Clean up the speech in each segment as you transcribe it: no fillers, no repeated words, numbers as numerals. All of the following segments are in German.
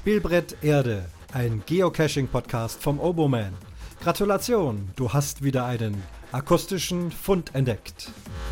Spielbrett Erde, ein Geocaching-Podcast vom Oboman. Gratulation, du hast wieder einen akustischen Fund entdeckt.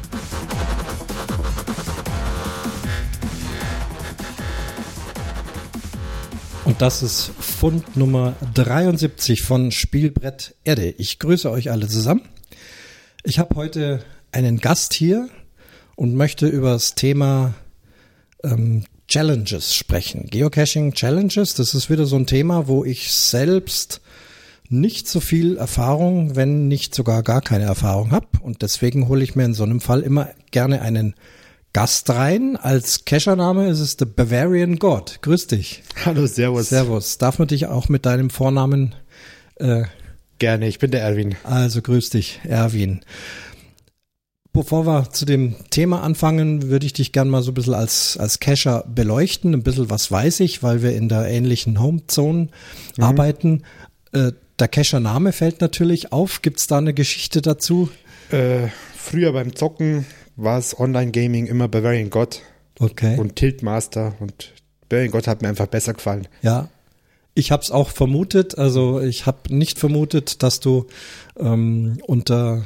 Und das ist Fund Nummer 73 von Spielbrett Erde. Ich grüße euch alle zusammen. Ich habe heute einen Gast hier und möchte über das Thema Challenges sprechen. Geocaching Challenges, das ist wieder so ein Thema, wo ich selbst nicht so viel Erfahrung, wenn nicht sogar gar keine Erfahrung habe. Und deswegen hole ich mir in so einem Fall immer gerne einen Gast rein. Als Cachername ist es The Bavarian God. Grüß dich. Hallo, servus. Servus. Darf man dich auch mit deinem Vornamen? Gerne, ich bin der Erwin. Also grüß dich, Erwin. Bevor wir zu dem Thema anfangen, würde ich dich gerne mal so ein bisschen als Cacher beleuchten. Ein bisschen was weiß ich, weil wir in der ähnlichen Homezone arbeiten. Der Cachername fällt natürlich auf. Gibt es da eine Geschichte dazu? Früher beim Zocken war es Online-Gaming immer Bavarian God und Tiltmaster. Und Bavarian God hat mir einfach besser gefallen. Ja, ich habe es auch vermutet. Also ich habe nicht vermutet, dass du unter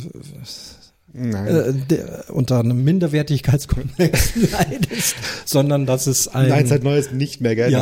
einem Minderwertigkeitskomplex leidest, sondern dass es ein... Nein, seit Neues nicht mehr, gell? Ja.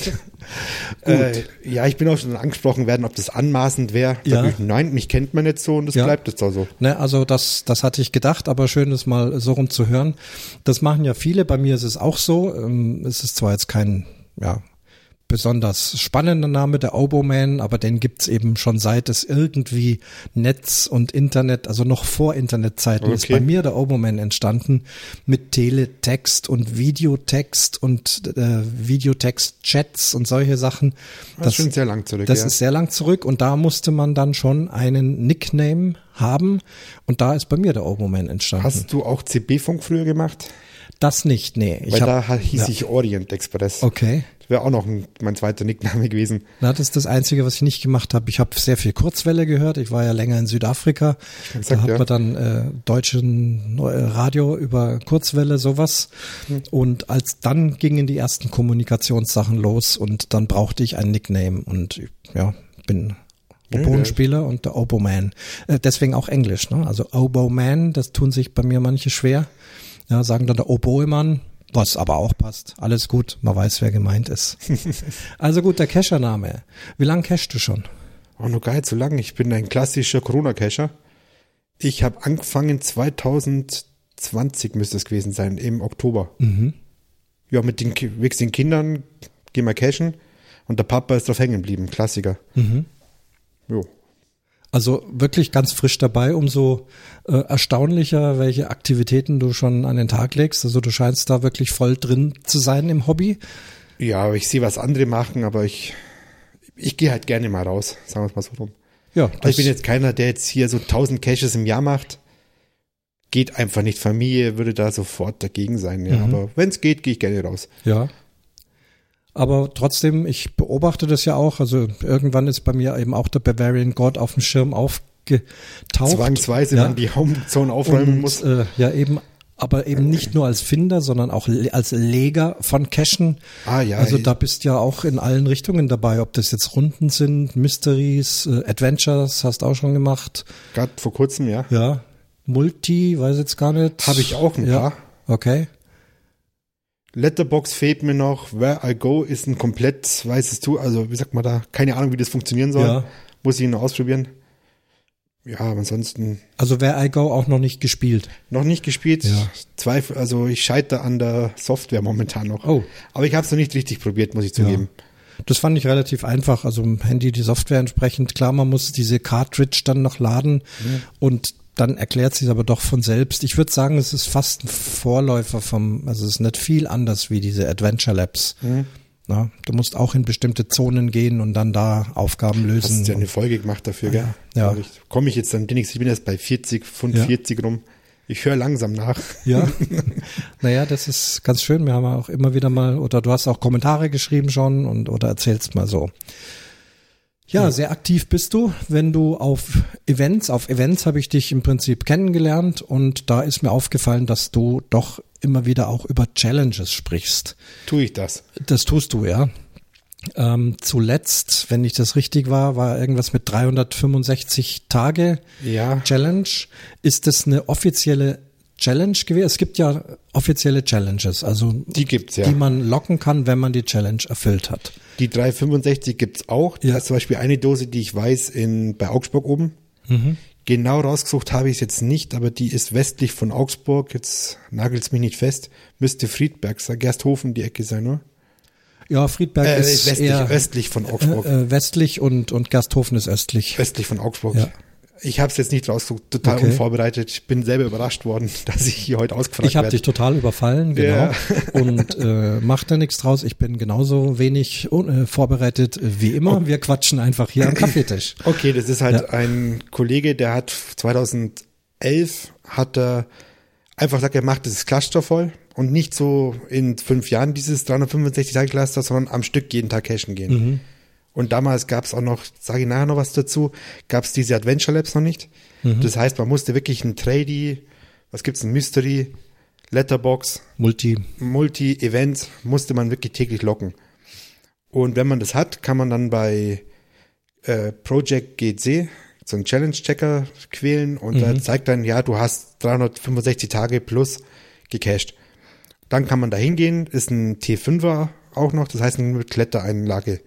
Ja, ich bin auch schon angesprochen werden, ob das anmaßend wäre. Ja. Nein, mich kennt man nicht so und das bleibt jetzt auch so. Ne, also das hatte ich gedacht, aber schön, das mal so rum zu hören. Das machen ja viele, bei mir ist es auch so. Es ist zwar jetzt kein, besonders spannender Name, der Oboman, aber den gibt's eben schon seit es irgendwie Netz und Internet, also noch vor Internetzeiten ist bei mir der Oboman entstanden mit Teletext und Videotext und Videotext-Chats und solche Sachen. Das ist schon sehr lang zurück. Das ist sehr lang zurück und da musste man dann schon einen Nickname haben und da ist bei mir der Oboman entstanden. Hast du auch CB-Funk früher gemacht? Das nicht, nee. Weil da hieß ich Orient Express. Okay. Das wäre auch noch mein zweiter Nickname gewesen. Na, das ist das Einzige, was ich nicht gemacht habe. Ich habe sehr viel Kurzwelle gehört. Ich war ja länger in Südafrika. Da hat man dann deutschen Radio über Kurzwelle, sowas. Und dann gingen die ersten Kommunikationssachen los und dann brauchte ich ein Nickname. Und bin Oboen-Spieler und der Oboman. Deswegen auch Englisch, ne? Also Oboman, das tun sich bei mir manche schwer. Ja, sagen dann der Oboemann, was aber auch passt. Alles gut, man weiß, wer gemeint ist. Also gut, der Cachername. Wie lange cachst du schon? Oh, noch gar nicht so lange. Ich bin ein klassischer Corona-Cacher. Ich habe angefangen 2020 müsste es gewesen sein, im Oktober. Mhm. Ja, mit den wechselnden Kindern gehen wir cachen und der Papa ist drauf hängen geblieben. Klassiker. Mhm. Jo. Also wirklich ganz frisch dabei, umso erstaunlicher, welche Aktivitäten du schon an den Tag legst. Also du scheinst da wirklich voll drin zu sein im Hobby. Ja, ich sehe, was andere machen, aber ich gehe halt gerne mal raus, sagen wir es mal so rum. Ja, ich bin jetzt keiner, der jetzt hier so 1000 Caches im Jahr macht. Geht einfach nicht. Familie würde da sofort dagegen sein. Ja, aber wenn es geht, gehe ich gerne raus. Ja. Aber trotzdem, ich beobachte das ja auch, also irgendwann ist bei mir eben auch der Bavarian God auf dem Schirm aufgetaucht. Zwangsweise, wenn man die Homezone aufräumen muss. Aber eben nicht nur als Finder, sondern auch als Leger von Cachen. Ah ja. Also da bist ja auch in allen Richtungen dabei, ob das jetzt Runden sind, Mysteries, Adventures, hast auch schon gemacht. Gerade vor kurzem, ja. Ja, Multi, weiß jetzt gar nicht. Habe ich auch ein paar. Okay. Letterbox fehlt mir noch. Where I Go ist ein komplett weißes Tool. Also wie sagt man da? Keine Ahnung, wie das funktionieren soll. Ja. Muss ich noch ausprobieren. Ja, aber ansonsten. Also Where I Go auch noch nicht gespielt? Noch nicht gespielt. Ja. Also ich scheitere an der Software momentan noch. Oh. Aber ich habe es noch nicht richtig probiert, muss ich zugeben. Ja. Das fand ich relativ einfach. Also im Handy die Software entsprechend. Klar, man muss diese Cartridge dann noch laden und dann erklärt sich aber doch von selbst. Ich würde sagen, es ist fast ein Vorläufer also es ist nicht viel anders wie diese Adventure Labs. Na, du musst auch in bestimmte Zonen gehen und dann da Aufgaben lösen. Hast ja eine Folge gemacht dafür, gell? Ja. Komme ich jetzt dann demnächst, ich bin jetzt bei 40, Pfund 40 rum. Ich höre langsam nach. Ja, naja, das ist ganz schön. Wir haben auch immer wieder mal, oder du hast auch Kommentare geschrieben schon oder erzählst mal so. Ja, sehr aktiv bist du, wenn du auf Events habe ich dich im Prinzip kennengelernt und da ist mir aufgefallen, dass du doch immer wieder auch über Challenges sprichst. Tue ich das? Das tust du, ja. Zuletzt, wenn ich das richtig war irgendwas mit 365 Tage Challenge. Ist das eine offizielle Challenge gewesen? Es gibt ja offizielle Challenges, also die gibt's, ja, die man locken kann, wenn man die Challenge erfüllt hat. Die 365 gibt's auch. Da ist zum Beispiel eine Dose, die ich weiß, bei Augsburg oben. Genau rausgesucht habe ich es jetzt nicht, aber die ist westlich von Augsburg. Jetzt nagelt's mich nicht fest. Müsste Friedberg sein, Gersthofen die Ecke sein, oder? Ja, Friedberg ist östlich von Augsburg. Westlich und Gersthofen ist östlich. Östlich von Augsburg. Ja. Ich habe es jetzt nicht rausgesucht, total unvorbereitet. Ich bin selber überrascht worden, dass ich hier heute ausgefragt werde. Ich habe dich total überfallen, genau. Ja. Und macht da nichts draus. Ich bin genauso wenig vorbereitet wie immer. Wir quatschen einfach hier am Kaffeetisch. Okay, das ist halt ein Kollege, der hat 2011 einfach gesagt, er macht das Cluster voll und nicht so in 5 Jahren dieses 365-Tage-Cluster, sondern am Stück jeden Tag cashen gehen. Und damals gab es auch noch, sage ich nachher noch was dazu, gab es diese Adventure Labs noch nicht. Das heißt, man musste wirklich ein Tradie, was gibt's, ein Mystery, Letterbox, Multi-Event, musste man wirklich täglich locken. Und wenn man das hat, kann man dann bei Project GC so einen Challenge-Checker quälen und da zeigt dann, ja, du hast 365 Tage plus gecached. Dann kann man da hingehen, ist ein T5er auch noch, das heißt eine Klettereinlage.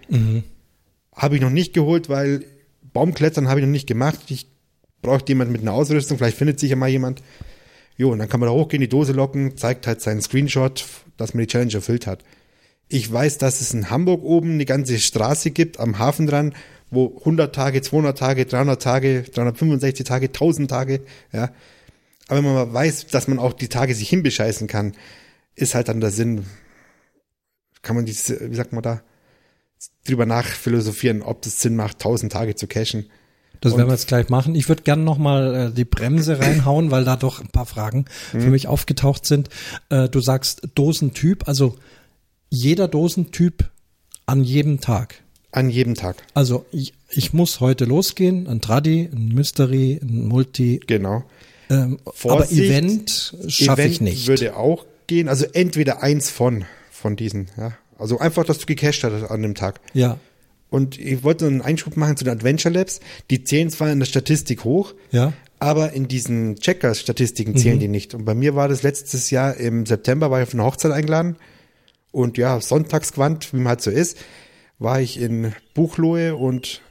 Habe ich noch nicht geholt, weil Baumklettern habe ich noch nicht gemacht. Ich brauche jemanden mit einer Ausrüstung, vielleicht findet sich ja mal jemand. Jo, und dann kann man da hochgehen, die Dose locken, zeigt halt seinen Screenshot, dass man die Challenge erfüllt hat. Ich weiß, dass es in Hamburg oben eine ganze Straße gibt, am Hafen dran, wo 100 Tage, 200 Tage, 300 Tage, 365 Tage, 1000 Tage, ja. Aber wenn man mal weiß, dass man auch die Tage sich hinbescheißen kann, ist halt dann der Sinn, kann man wie sagt man da, drüber nachphilosophieren, ob das Sinn macht, 1000 Tage zu cashen. Das werden wir jetzt gleich machen. Ich würde gerne nochmal die Bremse reinhauen, weil da doch ein paar Fragen für mich aufgetaucht sind. Du sagst Dosentyp, also jeder Dosentyp an jedem Tag. An jedem Tag. Also ich muss heute losgehen, ein Tradi, ein Mystery, ein Multi. Genau. Aber Event schaffe ich nicht. Würde auch gehen, also entweder eins von diesen, ja. Also einfach, dass du gecached hast an dem Tag. Ja. Und ich wollte einen Einschub machen zu den Adventure Labs. Die zählen zwar in der Statistik hoch, aber in diesen Checker-Statistiken zählen die nicht. Und bei mir war das letztes Jahr im September, war ich auf eine Hochzeit eingeladen. Und ja, sonntagsgewandt, wie man halt so ist, war ich in Buchloe und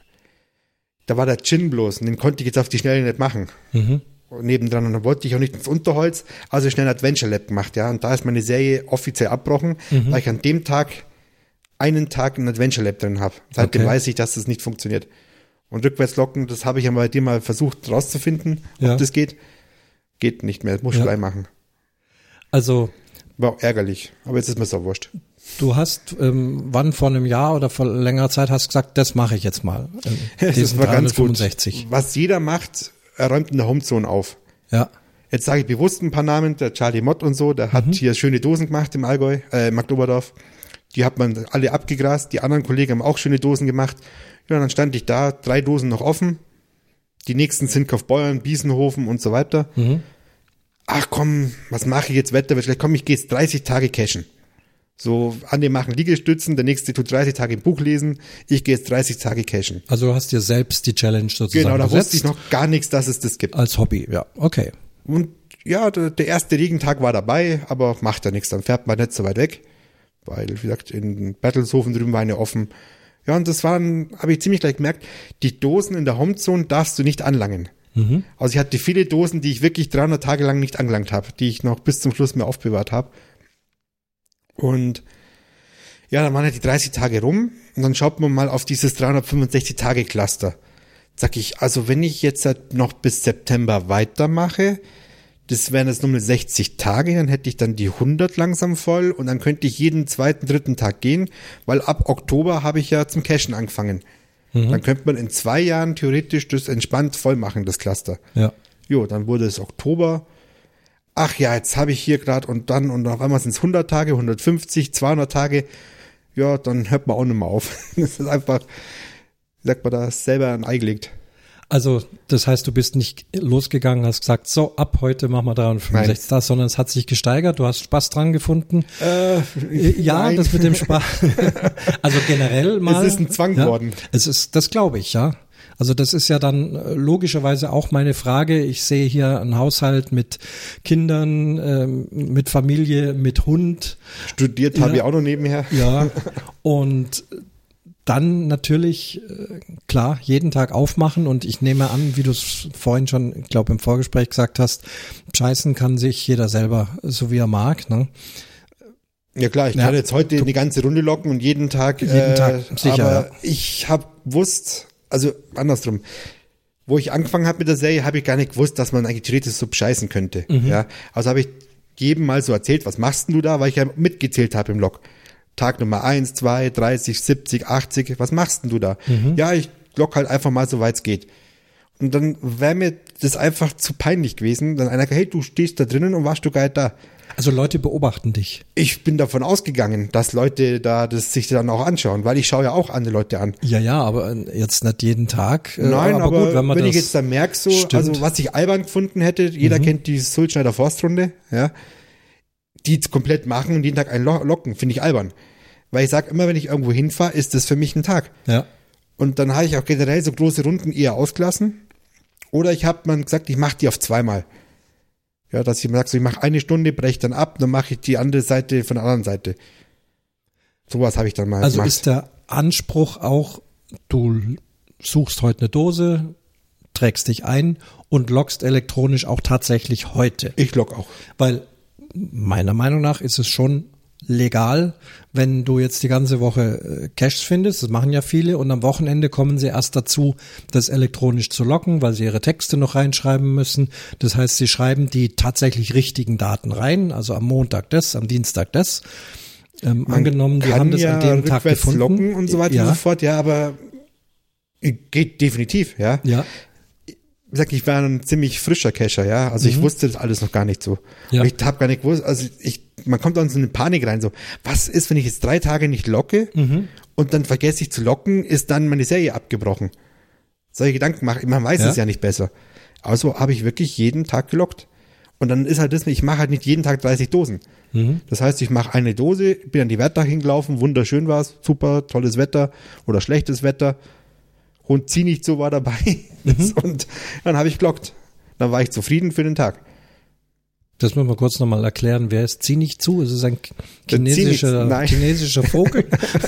da war der Gin bloß. Und den konnte ich jetzt auf die Schnelle nicht machen. Nebendran, und dann wollte ich auch nicht ins Unterholz, also schnell ein Adventure Lab gemacht, ja, und da ist meine Serie offiziell abbrochen, weil ich an dem Tag einen Tag ein Adventure Lab drin habe. Seitdem weiß ich, dass das nicht funktioniert. Und rückwärts locken, das habe ich ja bei dir mal versucht rauszufinden, ob das geht. Geht nicht mehr, das muss ich gleich machen. Also war auch ärgerlich, aber jetzt ist mir so wurscht. Du hast, wann vor einem Jahr oder vor längerer Zeit hast gesagt, das mache ich jetzt mal. Das war ganz gut. Was jeder macht, er räumt in der Homezone auf. Ja. Jetzt sage ich bewusst ein paar Namen, der Charlie Mott und so, der hat hier schöne Dosen gemacht im Allgäu, Marktoberdorf. Die hat man alle abgegrast, die anderen Kollegen haben auch schöne Dosen gemacht. Ja, dann stand ich da, 3 Dosen noch offen. Die nächsten sind Kaufbeuern, Biesenhofen und so weiter. Ach komm, was mache ich jetzt, Wetter wird schlecht, komm, ich gehe jetzt 30 Tage cashen. So, andere machen Liegestützen, der nächste tut 30 Tage im Buch lesen, ich gehe jetzt 30 Tage cashen. Also du hast dir selbst die Challenge sozusagen Genau, da wusste ich noch gar nichts, dass es das gibt. Als Hobby, ja, okay. Und ja, der erste Regentag war dabei, aber macht ja nichts, dann fährt man nicht so weit weg, weil, wie gesagt, in Bertelshofen drüben war eine offen. Ja, und das habe ich ziemlich gleich gemerkt, die Dosen in der Homezone darfst du nicht anlangen. Also ich hatte viele Dosen, die ich wirklich 300 Tage lang nicht angelangt habe, die ich noch bis zum Schluss mir aufbewahrt habe. Und ja, dann waren halt die 30 Tage rum und dann schaut man mal auf dieses 365-Tage-Cluster. Sag ich, also wenn ich jetzt halt noch bis September weitermache, das wären jetzt nur 60 Tage, dann hätte ich dann die 100 langsam voll und dann könnte ich jeden 2., 3. Tag gehen, weil ab Oktober habe ich ja zum Cashen angefangen. Dann könnte man in 2 Jahren theoretisch das entspannt voll machen, das Cluster. Ja. Jo, dann wurde es Oktober. Ach ja, jetzt habe ich hier gerade und auf einmal sind es 100 Tage, 150, 200 Tage. Ja, dann hört man auch nicht mehr auf. Das ist einfach, wie sagt man da, selber ein Ei gelegt. Also das heißt, du bist nicht losgegangen, hast gesagt, so ab heute machen wir 365 das, sondern es hat sich gesteigert, du hast Spaß dran gefunden. Ja, nein. Das mit dem Spaß. Also generell mal. Es ist ein Zwang geworden. Das glaube ich, ja. Also das ist ja dann logischerweise auch meine Frage. Ich sehe hier einen Haushalt mit Kindern, mit Familie, mit Hund. Studiert habe ich auch noch nebenher. Ja, und dann natürlich, klar, jeden Tag aufmachen und ich nehme an, wie du es vorhin schon, ich glaube im Vorgespräch gesagt hast, scheißen kann sich jeder selber, so wie er mag, ne? Ja klar, ich kann jetzt heute die ganze Runde locken und jeden Tag sicher, aber ich habe gewusst, also andersrum, wo ich angefangen habe mit der Serie, habe ich gar nicht gewusst, dass man eigentlich theoretisch so bescheißen könnte. Ja, also habe ich jedem mal so erzählt, was machst denn du da, weil ich ja mitgezählt habe im Log. Tag Nummer 1, 2, 30, 70, 80, was machst denn du da? Ja, ich log halt einfach mal so weit es geht. Und dann wäre mir das einfach zu peinlich gewesen, dann einer, hey, du stehst da drinnen und warst du geil da. Also Leute beobachten dich. Ich bin davon ausgegangen, dass Leute da das sich dann auch anschauen, weil ich schaue ja auch andere Leute an. Ja, aber jetzt nicht jeden Tag. Nein, aber gut, wenn ich jetzt dann merke, so, stimmt. Also was ich albern gefunden hätte, jeder kennt die Sulzschneider Forstrunde, ja, die komplett machen und jeden Tag einen locken, finde ich albern. Weil ich sage immer, wenn ich irgendwo hinfahre, ist das für mich ein Tag. Ja. Und dann habe ich auch generell so große Runden eher ausgelassen. Oder ich habe mal gesagt, ich mache die auf zweimal. Ja, dass ich mir sage, so, ich mache eine Stunde, breche dann ab, dann mache ich die andere Seite von der anderen Seite. Sowas habe ich dann mal gemacht. Also ist der Anspruch auch, du suchst heute eine Dose, trägst dich ein und loggst elektronisch auch tatsächlich heute. Ich logge auch. Weil meiner Meinung nach ist es schon legal, wenn du jetzt die ganze Woche Caches findest, das machen ja viele, und am Wochenende kommen sie erst dazu, das elektronisch zu loggen, weil sie ihre Texte noch reinschreiben müssen. Das heißt, sie schreiben die tatsächlich richtigen Daten rein, also am Montag das, am Dienstag das. Angenommen, die haben das an dem Tag gefunden. Loggen und so weiter und so fort, ja, aber geht definitiv, ja. Ja. Wie gesagt, ich war ein ziemlich frischer Cacher, ja. Also ich wusste das alles noch gar nicht so. Ja. Ich habe gar nicht gewusst, also man kommt dann so in eine Panik rein, so, was ist, wenn ich jetzt 3 Tage nicht locke und dann vergesse ich zu locken, ist dann meine Serie abgebrochen. Solche Gedanken mache ich, man weiß es ja nicht besser. Also habe ich wirklich jeden Tag gelockt. Und dann ist halt das, ich mache halt nicht jeden Tag 30 Dosen. Das heißt, ich mache eine Dose, bin an die Werktag hingelaufen, wunderschön war's, super, tolles Wetter oder schlechtes Wetter. Und zieh nicht so war dabei. Und dann habe ich gelockt. Dann war ich zufrieden für den Tag. Das müssen wir kurz nochmal erklären. Wer ist zieh nicht zu? Es ist ein chinesischer Vogel.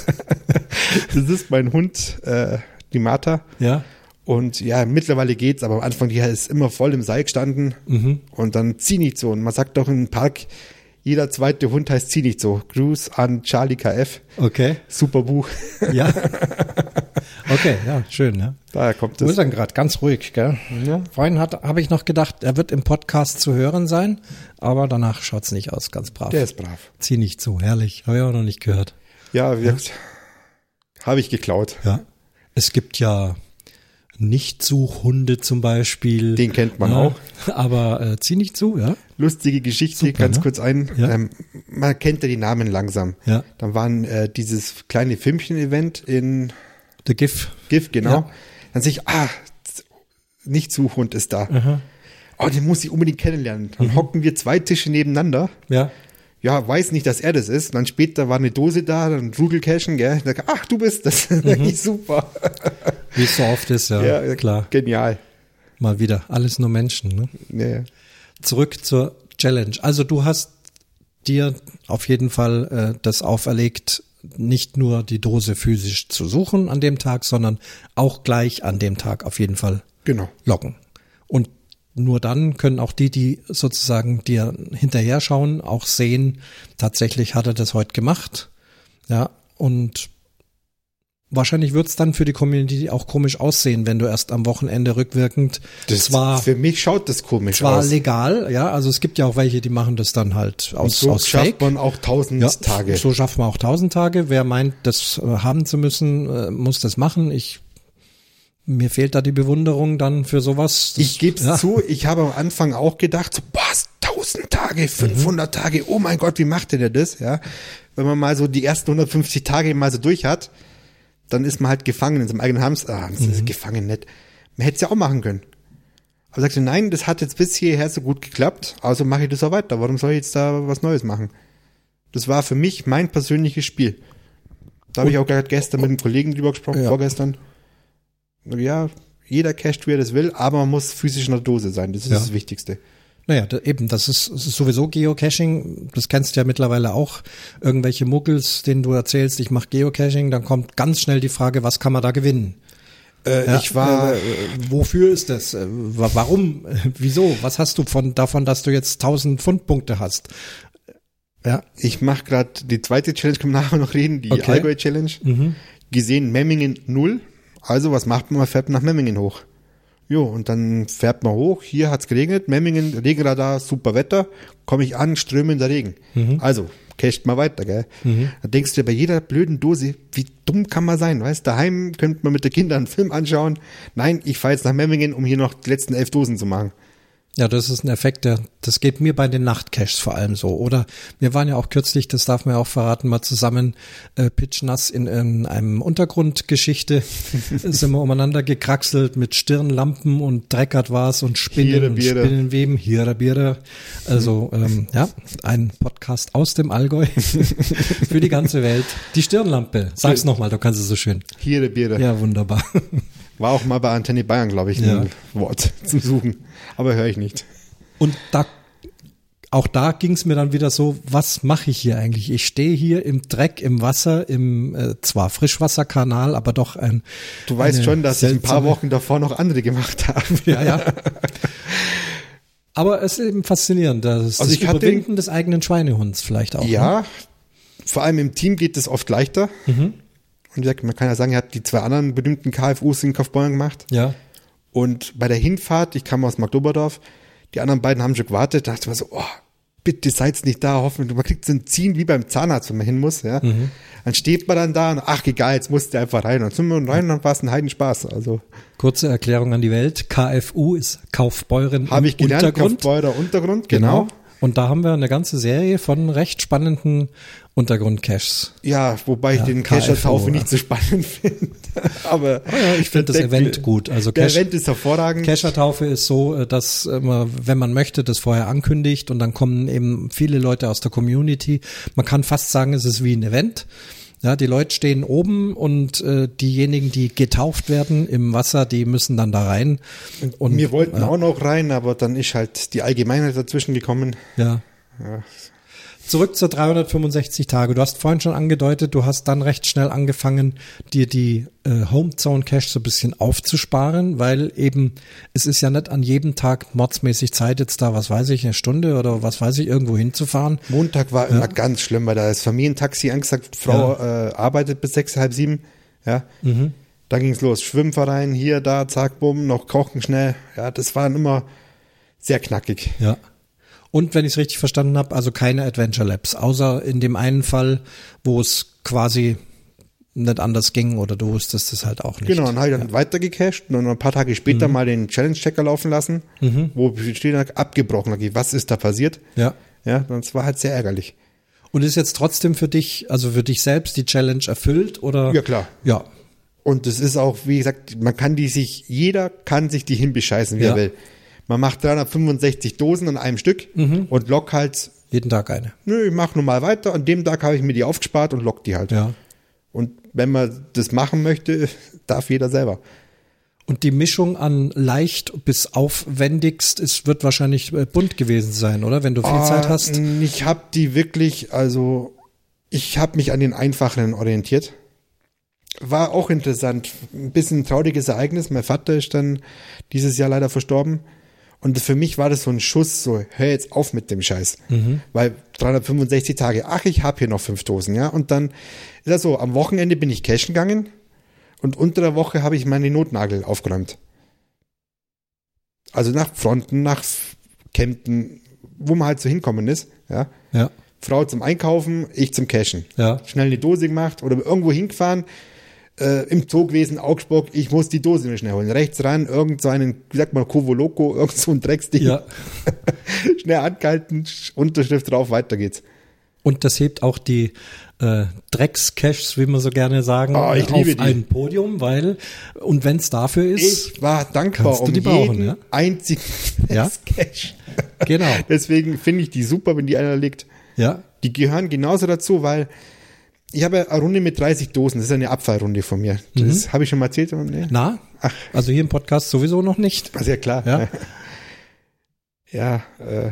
Das ist mein Hund, die Martha. Ja. Und ja, mittlerweile geht's, aber am Anfang, die ist immer voll im Seil gestanden. Und dann zieh nicht so. Und man sagt doch im Park, jeder zweite Hund heißt zieh nicht so. Gruß an Charlie KF. Okay. Super Buch. Ja. Okay, ja, schön, ja. Daher kommt es. Du bist dann gerade ganz ruhig, gell? Ja. Vorhin habe ich noch gedacht, er wird im Podcast zu hören sein, aber danach schaut's nicht aus, ganz brav. Der ist brav. Zieh nicht zu, herrlich. Habe ich auch noch nicht gehört. Ja, habe ich geklaut. Ja. Es gibt ja Nicht-Suchhunde zum Beispiel. Den kennt man auch. Aber zieh nicht zu, ja. Lustige Geschichte, super, ganz kurz ein. Ja. Man kennt ja die Namen langsam. Ja. Dann waren dieses kleine Filmchen-Event in The GIF. GIF, genau. Ja. Dann sehe ich, Nicht-Suchhund ist da. Aha. Oh, den muss ich unbedingt kennenlernen. Dann hocken wir 2 Tische nebeneinander. Ja. Ja, weiß nicht, dass er das ist. Und dann später war eine Dose da, dann Rudelcashen, gell. Dann, ach, du bist das. Super. Wie es so oft ist, ja, klar. Genial. Mal wieder, alles nur Menschen, ne? Ja. Zurück zur Challenge. Also du hast dir auf jeden Fall das auferlegt, nicht nur die Dose physisch zu suchen an dem Tag, sondern auch gleich an dem Tag auf jeden Fall loggen. Und nur dann können auch die sozusagen dir hinterher schauen, auch sehen, tatsächlich hat er das heute gemacht. Ja, und wahrscheinlich wird es dann für die Community auch komisch aussehen, wenn du erst am Wochenende rückwirkend für mich schaut das komisch zwar aus. Legal, ja, also es gibt ja auch welche, die machen das dann halt aus Fake. So schafft man auch 1000 Tage. So schafft man auch 1000 Tage. Wer meint, das haben zu müssen, muss das machen. Mir fehlt da die Bewunderung dann für sowas. Ich gebe es zu, ich habe am Anfang auch gedacht, so, 1000 Tage, 500 Tage, oh mein Gott, wie macht der das? Ja, wenn man mal so die ersten 150 Tage mal so durch hat, dann ist man halt gefangen in seinem eigenen Hamster. Gefangen nicht. Man hätte es ja auch machen können. Aber sagte, nein, das hat jetzt bis hierher so gut geklappt, also mache ich das auch weiter. Warum soll ich jetzt da was Neues machen? Das war für mich mein persönliches Spiel. Da habe ich auch gerade gestern mit einem Kollegen drüber gesprochen, vorgestern. Ja, jeder casht, wie er das will, aber man muss physisch in der Dose sein. Das ist das Wichtigste. Naja, das ist sowieso Geocaching. Das kennst du ja mittlerweile auch. Irgendwelche Muggels, denen du erzählst, ich mache Geocaching, dann kommt ganz schnell die Frage, was kann man da gewinnen? Wofür ist das? Warum? Wieso? Was hast du davon, dass du jetzt 1000 Pfundpunkte hast? Ja. Ich mache gerade die zweite Challenge, können wir nachher noch reden, die Allgäu Challenge. Gesehen Memmingen 0. Also was macht man? Man fährt nach Memmingen hoch. Jo, und dann fährt man hoch. Hier hat's geregnet. Memmingen, Regenradar, super Wetter. Komme ich an, strömender Regen. Also, casht mal weiter, gell? Da denkst du dir bei jeder blöden Dose, wie dumm kann man sein, weißt? Daheim könnte man mit den Kindern einen Film anschauen. Nein, ich fahre jetzt nach Memmingen, um hier noch die letzten 11 Dosen zu machen. Ja, das ist ein Effekt, das geht mir bei den Nachtcaches vor allem so. Oder wir waren ja auch kürzlich, das darf man ja auch verraten, mal zusammen pitschnass in einem Untergrundgeschichte sind wir umeinander gekraxelt mit Stirnlampen und Dreckert war's und Spinnen und Spinnenweben. Biere. Also ein Podcast aus dem Allgäu für die ganze Welt. Die Stirnlampe, sag's nochmal, du kannst es so schön. Biere. Ja, wunderbar. War auch mal bei Antenne Bayern, glaube ich, ein Wort zum Suchen. Aber höre ich nicht. Und auch da ging es mir dann wieder so, was mache ich hier eigentlich? Ich stehe hier im Dreck, im Wasser, im zwar Frischwasserkanal, aber doch ein... Du weißt schon, dass ich ein paar Wochen davor noch andere gemacht habe. Ja. Aber es ist eben faszinierend, das Überwinden des eigenen Schweinehunds vielleicht auch. Ja, ne? Vor allem im Team geht es oft leichter. Und wie gesagt, man kann ja sagen, er hat die 2 anderen berühmten KFUs in Kaufbeuren gemacht. Ja. Und bei der Hinfahrt, ich kam aus Magdoberdorf, die anderen beiden haben schon gewartet, da dachte ich mir so, oh, bitte seid's nicht da, hoffen, man kriegt so ein Ziehen wie beim Zahnarzt, wenn man hin muss, ja. Dann steht man dann da und ach, egal, jetzt musst du einfach rein. Und dann sind wir rein und dann war es ein Heidenspaß, also. Kurze Erklärung an die Welt, KFU ist Kaufbeuren Habe ich gelernt, Untergrund. Kaufbeurer Untergrund, genau. Und da haben wir eine ganze Serie von recht spannenden Untergrund-Caches. Ja, wobei ich den Cacher-Taufe nicht so spannend finde. Aber ich finde das Event gut. Also der Event ist hervorragend. Cacher-Taufe ist so, dass man, wenn man möchte, das vorher ankündigt und dann kommen eben viele Leute aus der Community. Man kann fast sagen, es ist wie ein Event. Ja, die Leute stehen oben und diejenigen, die getauft werden im Wasser, die müssen dann da rein. Und wir wollten auch noch rein, aber dann ist halt die Allgemeinheit dazwischen gekommen. Ja. Zurück zur 365 Tage. Du hast vorhin schon angedeutet, du hast dann recht schnell angefangen, dir die Homezone Cache so ein bisschen aufzusparen, weil eben es ist ja nicht an jedem Tag mordsmäßig Zeit, jetzt da, was weiß ich, eine Stunde oder was weiß ich, irgendwo hinzufahren. Montag war immer ganz schlimm, weil da das Familientaxi angesagt, Frau arbeitet bis 6, halb 7. Ja. Dann ging's los. Schwimmverein, hier, da, zack, bumm, noch kochen schnell. Ja, das war immer sehr knackig. Ja. Und wenn ich es richtig verstanden habe, also keine Adventure Labs, außer in dem einen Fall, wo es quasi nicht anders ging oder du wusstest es halt auch nicht. Genau, dann habe ich dann weiter gecached und dann ein paar Tage später mal den Challenge-Checker laufen lassen, wo steht dann abgebrochen. Okay, was ist da passiert? Ja. Ja, das war halt sehr ärgerlich. Und ist jetzt trotzdem für dich, also für dich selbst die Challenge erfüllt oder? Ja, klar. Ja. Und es ist auch, wie gesagt, jeder kann sich die hinbescheißen, wie er will. Man macht 365 Dosen an einem Stück und lock halt. Jeden Tag eine. Nö, ich mach normal weiter. An dem Tag habe ich mir die aufgespart und lock die halt. Ja. Und wenn man das machen möchte, darf jeder selber. Und die Mischung an leicht bis aufwendigst, wird wahrscheinlich bunt gewesen sein, oder? Wenn du viel Zeit hast. Ich habe die wirklich, ich habe mich an den einfacheren orientiert. War auch interessant. Ein bisschen ein trauriges Ereignis. Mein Vater ist dann dieses Jahr leider verstorben. Und für mich war das so ein Schuss, so, hör jetzt auf mit dem Scheiß. Weil 365 Tage, ach, ich habe hier noch 5 Dosen, ja. Und dann ist das so, am Wochenende bin ich cashen gegangen und unter der Woche habe ich meine Notnagel aufgeräumt. Also nach Fronten, nach Kempten, wo man halt so hinkommen ist, ja. Ja. Frau zum Einkaufen, ich zum Cashen. Ja. Schnell eine Dose gemacht oder irgendwo hingefahren, im Zoo gewesen, Augsburg, ich muss die Dose mir schnell holen. Rechts ran, irgend so einen, wie sagt man, Kovoloko, irgend so ein Drecksding. Ja. Schnell angehalten, Unterschrift drauf, weiter geht's. Und das hebt auch die Dreckscaches, wie wir so gerne sagen, ich liebe die. Ein Podium, weil, und wenn es dafür ist, ich war dankbar um jeden einzigen Dreckscache. Genau. Deswegen finde ich die super, wenn die einer liegt. Ja. Die gehören genauso dazu, weil ich habe eine Runde mit 30 Dosen. Das ist eine Abfallrunde von mir. Das habe ich schon mal erzählt. Nee? Na? Ach. Also hier im Podcast sowieso noch nicht. Also ja, klar. Ja. Ja,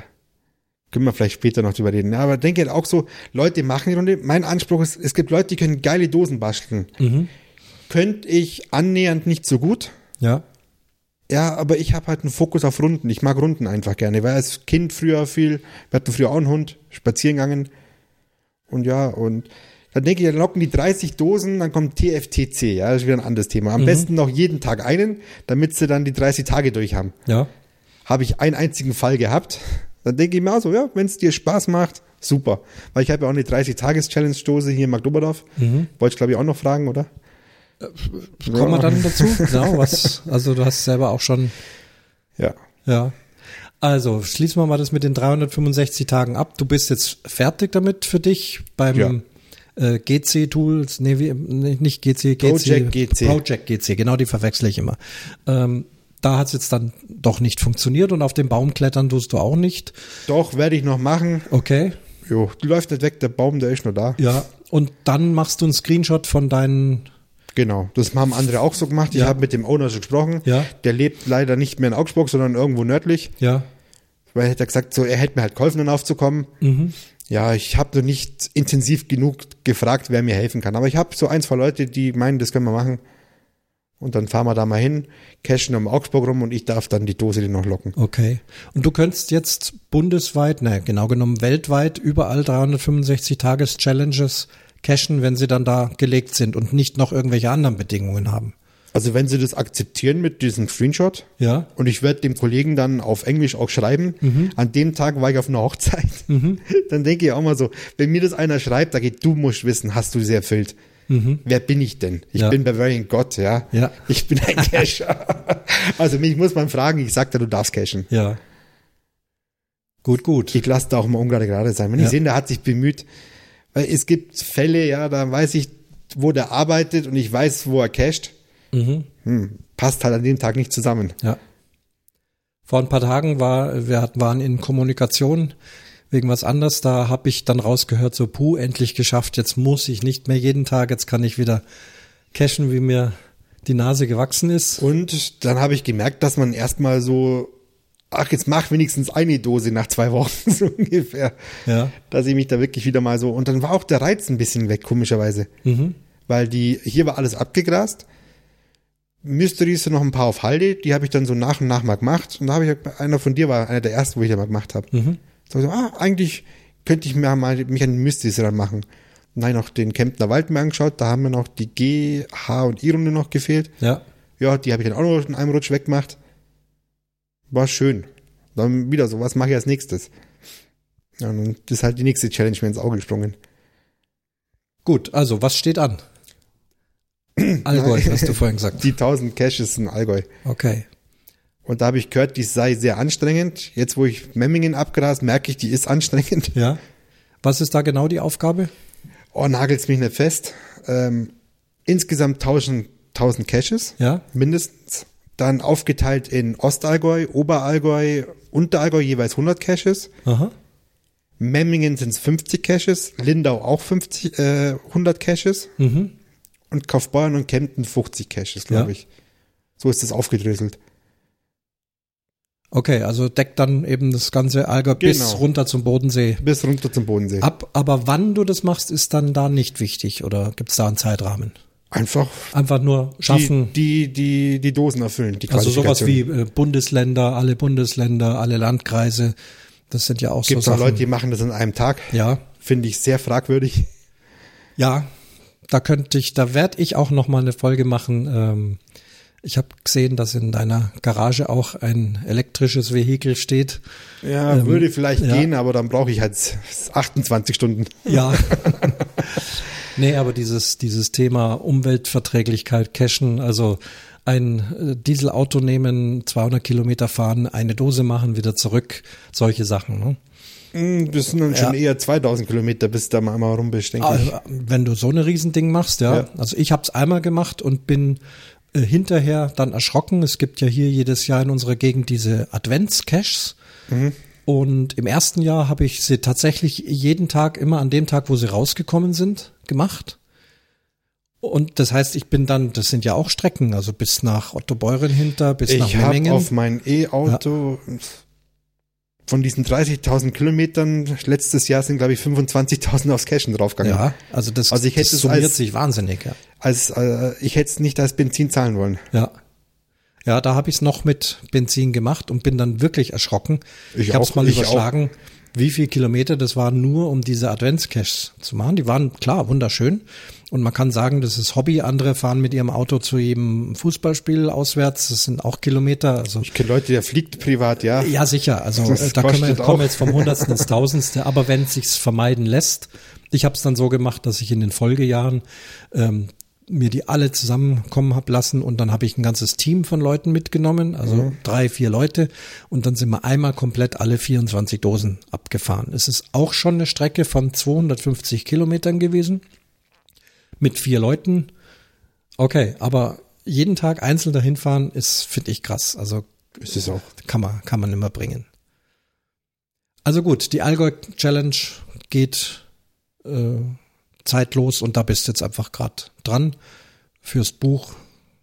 können wir vielleicht später noch drüber reden. Ja, aber denke halt auch so, Leute machen die Runde. Mein Anspruch ist, es gibt Leute, die können geile Dosen basteln. Könnte ich annähernd nicht so gut. Ja. Ja, aber ich habe halt einen Fokus auf Runden. Ich mag Runden einfach gerne. Weil als Kind früher wir hatten früher auch einen Hund, spazieren gegangen. Und ja, und dann denke ich, dann locken die 30 Dosen, dann kommt TFTC. Ja, das ist wieder ein anderes Thema. Am besten noch jeden Tag einen, damit sie dann die 30 Tage durch haben. Ja. Habe ich einen einzigen Fall gehabt. Dann denke ich mir auch so, ja, wenn es dir Spaß macht, super. Weil ich habe ja auch eine 30-Tages-Challenge-Dose hier in Magdoberdorf. Wollte ich, glaube ich, auch noch fragen, oder? Kommen wir dann dazu? Genau, also du hast selber auch schon. Ja. Ja. Also, schließen wir mal das mit den 365 Tagen ab. Du bist jetzt fertig damit für dich beim GC-Tools, nicht GC, Project GC, genau, die verwechsel ich immer. Da hat es jetzt dann doch nicht funktioniert und auf den Baum klettern tust du auch nicht. Doch, werde ich noch machen. Okay. Jo, die läuft nicht weg, der Baum, der ist noch da. Ja, und dann machst du einen Screenshot von deinen... Genau, das haben andere auch so gemacht. Ich habe mit dem Owner schon gesprochen. Ja. Der lebt leider nicht mehr in Augsburg, sondern irgendwo nördlich. Ja. Weil er hat gesagt, so, er hätte mir halt geholfen, dann aufzukommen. Ja, ich habe noch nicht intensiv genug gefragt, wer mir helfen kann. Aber ich habe so 1, 2 Leute, die meinen, das können wir machen. Und dann fahren wir da mal hin, cashen um Augsburg rum und ich darf dann die Dose noch locken. Okay. Und du könntest jetzt bundesweit, genau genommen weltweit, überall 365-Tages-Challenges cashen, wenn sie dann da gelegt sind und nicht noch irgendwelche anderen Bedingungen haben. Also wenn sie das akzeptieren mit diesem Screenshot, ja, und ich werde dem Kollegen dann auf Englisch auch schreiben, an dem Tag war ich auf einer Hochzeit, dann denke ich auch mal so, wenn mir das einer schreibt, da geht, du musst wissen, hast du sie erfüllt. Wer bin ich denn? Ich bin Bavarian God, ja. Ich bin ein Cacher. Also mich muss man fragen, ich sag dir, du darfst cashen. Ja. Gut. Ich lasse da auch mal ungerade gerade sein. Wenn ich sehe, der hat sich bemüht, weil es gibt Fälle, ja, da weiß ich, wo der arbeitet und ich weiß, wo er casht. Passt halt an dem Tag nicht zusammen. Ja. Vor ein paar Tagen waren in Kommunikation wegen was anderes, da habe ich dann rausgehört, so endlich geschafft, jetzt muss ich nicht mehr jeden Tag, jetzt kann ich wieder cashen, wie mir die Nase gewachsen ist. Und dann habe ich gemerkt, dass man erstmal so, jetzt mach wenigstens eine Dose nach 2 Wochen, so ungefähr. Ja. Dass ich mich da wirklich wieder mal so, und dann war auch der Reiz ein bisschen weg, komischerweise. Weil hier war alles abgegrast. Mysteries sind noch ein paar auf Halde, die habe ich dann so nach und nach mal gemacht. Und da habe ich, einer von dir war einer der ersten, wo ich da mal gemacht habe. So, eigentlich könnte ich mich an die Mysteries ran machen. Und dann habe ich noch den Kemptner Wald mir angeschaut, da haben mir noch die G, H und I-Runde noch gefehlt. Ja. Ja, die habe ich dann auch noch in einem Rutsch weggemacht. War schön. Dann wieder so, was mache ich als nächstes? Ja, und das ist halt die nächste Challenge mir ins Auge gesprungen. Gut, also was steht an? Allgäu, hast du vorhin gesagt. Die 1000 Caches in Allgäu. Okay. Und da habe ich gehört, die sei sehr anstrengend. Jetzt, wo ich Memmingen abgrast, merke ich, die ist anstrengend. Ja. Was ist da genau die Aufgabe? Oh, nagelt's mich nicht fest. Insgesamt 1000 Caches. Ja. Mindestens. Dann aufgeteilt in Ostallgäu, Oberallgäu, Unterallgäu jeweils 100 Caches. Aha. Memmingen sind es 50 Caches. Lindau auch 100 Caches. Und Kaufbeuren und Kempten 50 Caches, glaube ich. So ist das aufgedröselt. Okay, also deckt dann eben das ganze Allgäu bis runter zum Bodensee. Bis runter zum Bodensee. Aber wann du das machst, ist dann da nicht wichtig oder gibt es da einen Zeitrahmen? Einfach nur schaffen. Die Dosen erfüllen. Die also sowas wie Bundesländer, alle Landkreise. Das sind ja auch Gibt's so Sachen. Gibt auch Leute, die machen das an einem Tag. Ja. Finde ich sehr fragwürdig. Ja, da werde ich auch noch mal eine Folge machen. Ich habe gesehen, dass in deiner Garage auch ein elektrisches Vehikel steht. Ja, würde vielleicht gehen, aber dann brauche ich halt 28 Stunden. Ja. Nee, aber dieses Thema Umweltverträglichkeit, Cashen, also ein Dieselauto nehmen, 200 Kilometer fahren, eine Dose machen, wieder zurück, solche Sachen. Ne? Das sind dann schon eher 2000 Kilometer, bis du da mal einmal rum bist, denke ich. Wenn du so eine Riesending machst, ja. Also ich habe es einmal gemacht und bin hinterher dann erschrocken. Es gibt ja hier jedes Jahr in unserer Gegend diese Advents-Caches. Und im ersten Jahr habe ich sie tatsächlich jeden Tag, immer an dem Tag, wo sie rausgekommen sind, gemacht. Und das heißt, ich bin dann, das sind ja auch Strecken, also bis nach Ottobeuren hinter, bis nach Memmingen. Ich habe auf mein E-Auto von diesen 30.000 Kilometern, letztes Jahr sind, glaube ich, 25.000 aufs Cashen draufgegangen. Ja, also das summiert sich wahnsinnig, ja. Ich hätte es nicht als Benzin zahlen wollen. Ja. Ja, da habe ich es noch mit Benzin gemacht und bin dann wirklich erschrocken. Ich habe es mal überschlagen, wie viel Kilometer das waren, nur um diese Adventscaches zu machen. Die waren, klar, wunderschön. Und man kann sagen, das ist Hobby. Andere fahren mit ihrem Auto zu jedem Fußballspiel auswärts. Das sind auch Kilometer. Also ich kenne Leute, der fliegt privat, ja. Ja, sicher. Also da kommen wir jetzt vom Hundertsten ins Tausendste. Aber wenn es sich vermeiden lässt, ich habe es dann so gemacht, dass ich in den Folgejahren mir die alle zusammenkommen habe lassen und dann habe ich ein ganzes Team von Leuten mitgenommen, also 3, 4 Leute und dann sind wir einmal komplett alle 24 Dosen abgefahren. Es ist auch schon eine Strecke von 250 Kilometern gewesen mit 4 Leuten. Okay, aber jeden Tag einzeln dahin fahren ist, finde ich, krass. Also ist es auch. Kann man immer bringen. Also gut, die Allgäu Challenge geht zeitlos und da bist du jetzt einfach gerade dran fürs Buch.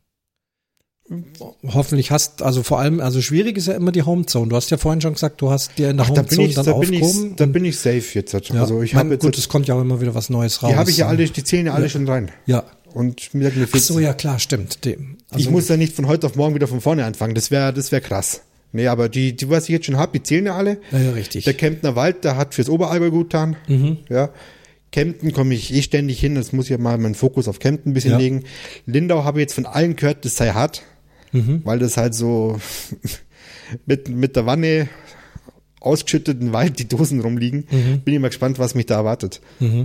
Hoffentlich vor allem, schwierig ist ja immer die Homezone. Du hast ja vorhin schon gesagt, du hast dir in der Homezone dann aufgehoben. Da bin ich safe jetzt. Ja, also ich habe gut, es kommt ja auch immer wieder was Neues raus. Die habe ich ja alle, die zählen ja alle schon rein. Ja. Und mir ach so, ja klar, stimmt. Ich muss ja nicht von heute auf morgen wieder von vorne anfangen. Das wäre krass. Nee, aber die, was ich jetzt schon habe, die zählen ja alle. Ja, richtig. Der Kemptner Wald, der hat fürs Oberallgäu gut getan. Ja. Kempten komme ich ständig hin, das muss ich ja mal meinen Fokus auf Kempten ein bisschen legen. Lindau habe ich jetzt von allen gehört, das sei hart, weil das halt so mit der Wanne ausgeschütteten Wald die Dosen rumliegen. Bin ich mal gespannt, was mich da erwartet.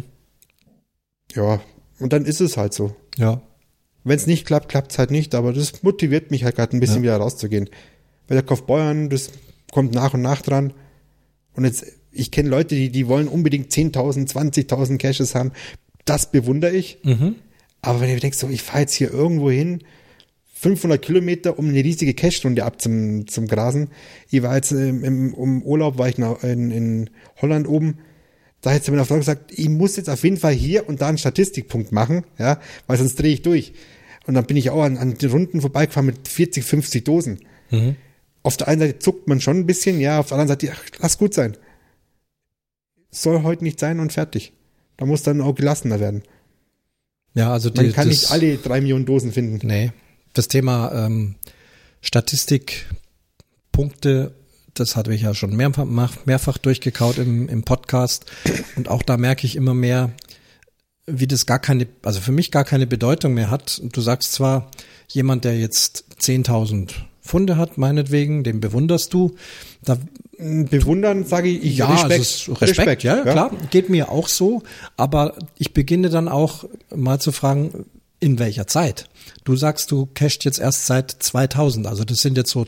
Ja, und dann ist es halt so. Ja. Wenn es nicht klappt, klappt es halt nicht, aber das motiviert mich halt gerade ein bisschen wieder rauszugehen. Weil der Kaufbeuern, das kommt nach und nach dran. Und jetzt ich kenne Leute, die wollen unbedingt 10.000, 20.000 Caches haben. Das bewundere ich. Aber wenn ich denke, so, ich fahre jetzt hier irgendwo hin, 500 Kilometer, um eine riesige Cache-Runde ab zum Grasen. Ich war jetzt im Urlaub, war ich in Holland oben. Da hat meine Frau gesagt, ich muss jetzt auf jeden Fall hier und da einen Statistikpunkt machen, ja, weil sonst drehe ich durch. Und dann bin ich auch an den Runden vorbeigefahren mit 40, 50 Dosen. Auf der einen Seite zuckt man schon ein bisschen, ja, auf der anderen Seite, ach, lass gut sein. Soll heute nicht sein und fertig. Da muss dann auch gelassener werden. Ja, also man kann nicht alle 3 Millionen Dosen finden. Nee. Das Thema Statistikpunkte, das hatte ich ja schon mehrfach durchgekaut im Podcast. Und auch da merke ich immer mehr, wie das für mich gar keine Bedeutung mehr hat. Du sagst zwar, jemand, der jetzt 10.000 Funde hat, meinetwegen, den bewunderst du. Da bewundern, sage ich, ja, Respekt, ja, klar, geht mir auch so, aber ich beginne dann auch mal zu fragen, in welcher Zeit? Du sagst, du cachst jetzt erst seit 2000, also das sind jetzt so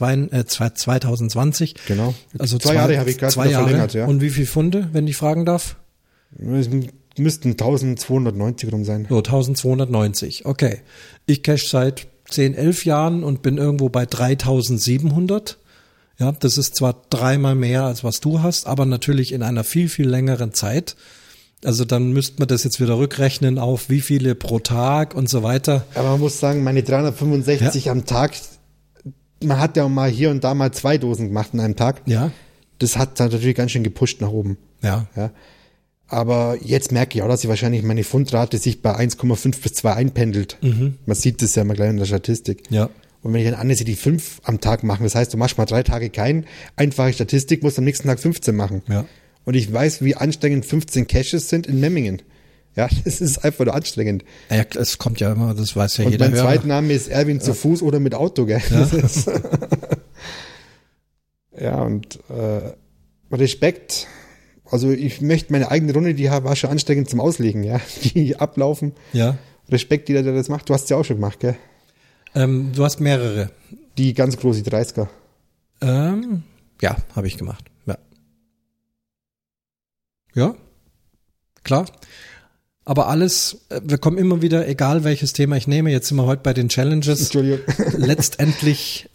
2020. Genau. Also 2 Jahre habe ich gerade verlängert, ja. Und wie viel Funde, wenn ich fragen darf? Es müssten 1290 rum sein. So, 1290, okay. Ich cache seit 10, 11 Jahren und bin irgendwo bei 3700. Ja, das ist zwar 3-mal mehr, als was du hast, aber natürlich in einer viel, viel längeren Zeit. Also dann müsste man das jetzt wieder rückrechnen auf wie viele pro Tag und so weiter. Aber man muss sagen, meine 365 am Tag, man hat ja auch mal hier und da mal 2 Dosen gemacht in einem Tag. Ja. Das hat natürlich ganz schön gepusht nach oben. Ja. Aber jetzt merke ich auch, dass wahrscheinlich meine Fundrate sich bei 1,5 bis 2 einpendelt. Man sieht das ja mal gleich in der Statistik. Ja. Und wenn ich dann anlässe, die 5 am Tag machen, das heißt, du machst mal 3 Tage keinen, einfache Statistik, musst am nächsten Tag 15 machen. Ja. Und ich weiß, wie anstrengend 15 Caches sind in Memmingen. Ja, das ist einfach nur anstrengend. Ja, es kommt ja immer, das weiß ja jeder. Und mein Zweitname ist Erwin zu Fuß oder mit Auto, gell? Ja, und Respekt. Also ich möchte meine eigene Runde, die war schon anstrengend zum Auslegen, ja. Die ablaufen. Ja. Respekt, jeder, der das macht. Du hast es ja auch schon gemacht, gell? Du hast mehrere. Die ganz große 30er. Ja, habe ich gemacht. Ja. Ja, klar. Aber alles, wir kommen immer wieder, egal welches Thema ich nehme, jetzt sind wir heute bei den Challenges. Entschuldigung. Letztendlich,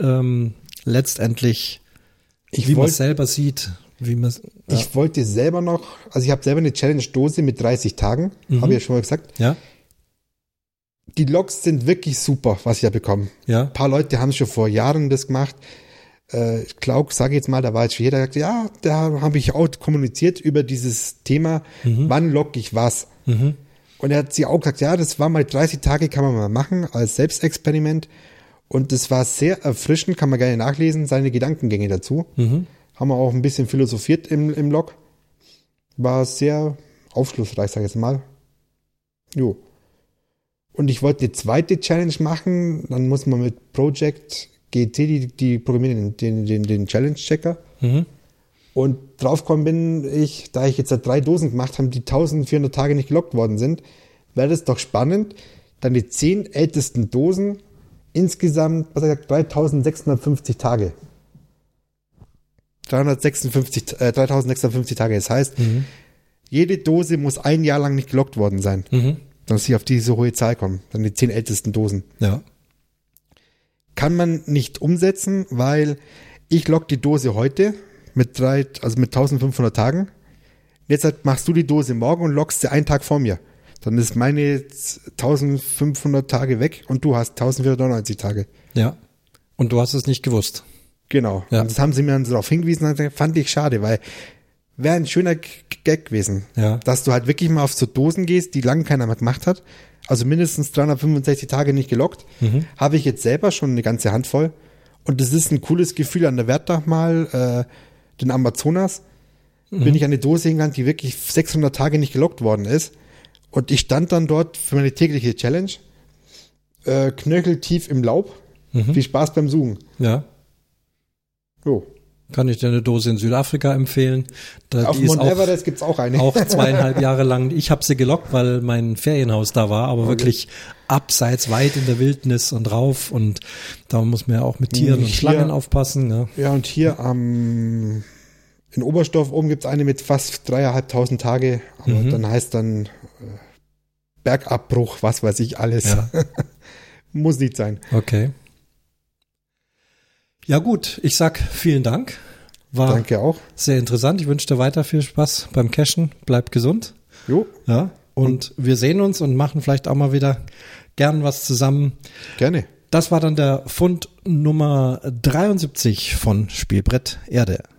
wie man es selber sieht. Ich wollte selber noch, also ich habe selber eine Challenge-Dose mit 30 Tagen, habe ich ja schon mal gesagt. Ja. Die Logs sind wirklich super, was ich ja bekomme. Ja. Ein paar Leute haben schon vor Jahren das gemacht. Klauk, sage jetzt mal, da war jetzt schon jeder, der sagt, ja, da habe ich auch kommuniziert über dieses Thema, wann logge ich was. Und er hat sie auch gesagt, ja, das war mal 30 Tage, kann man mal machen als Selbstexperiment. Und das war sehr erfrischend, kann man gerne nachlesen, seine Gedankengänge dazu. Haben wir auch ein bisschen philosophiert im Log. War sehr aufschlussreich, sag ich jetzt mal. Jo. Und ich wollte eine zweite Challenge machen, dann muss man mit Project GT, die programmieren den Challenge-Checker. Und draufgekommen bin ich, da ich jetzt 3 Dosen gemacht habe, die 1400 Tage nicht geloggt worden sind, wäre das doch spannend, dann die 10 ältesten Dosen insgesamt, was er sagt, 3650 Tage. 3650 Tage. Das heißt, jede Dose muss 1 Jahr lang nicht geloggt worden sein. Dann muss ich auf diese hohe Zahl kommen. Dann die 10 ältesten Dosen. Ja. Kann man nicht umsetzen, weil ich logge die Dose heute mit 1500 Tagen. Jetzt machst du die Dose morgen und loggst sie einen Tag vor mir. Dann ist meine 1500 Tage weg und du hast 1499 Tage. Ja. Und du hast es nicht gewusst. Genau. Ja. Und das haben sie mir dann darauf hingewiesen und fand ich schade, weil wäre ein schöner Gag gewesen, dass du halt wirklich mal auf so Dosen gehst, die lange keiner mehr gemacht hat. Also mindestens 365 Tage nicht geloggt. Habe ich jetzt selber schon eine ganze Handvoll. Und das ist ein cooles Gefühl an der Werttag mal, den Amazonas. Bin ich an eine Dose hingegangen, die wirklich 600 Tage nicht geloggt worden ist. Und ich stand dann dort für meine tägliche Challenge, knöcheltief im Laub. Viel Spaß beim Suchen. Ja. Jo. Kann ich dir eine Dose in Südafrika empfehlen. Auf Mount Everest gibt's auch eine. Auch 2,5 Jahre lang. Ich habe sie gelockt, weil mein Ferienhaus da war, aber wirklich abseits, weit in der Wildnis und rauf. Und da muss man ja auch mit Tieren und Schlangen aufpassen. Ne? Ja, und hier in Oberstdorf oben gibt's eine mit fast 3.500 Tage. Aber dann heißt dann Bergabbruch, was weiß ich alles. Ja. Muss nicht sein. Okay. Ja gut, ich sag vielen Dank. War Danke auch. Sehr interessant. Ich wünsche dir weiter viel Spaß beim Cashen. Bleib gesund. Jo. Ja. Und wir sehen uns und machen vielleicht auch mal wieder gern was zusammen. Gerne. Das war dann der Fund Nummer 73 von Spielbrett Erde.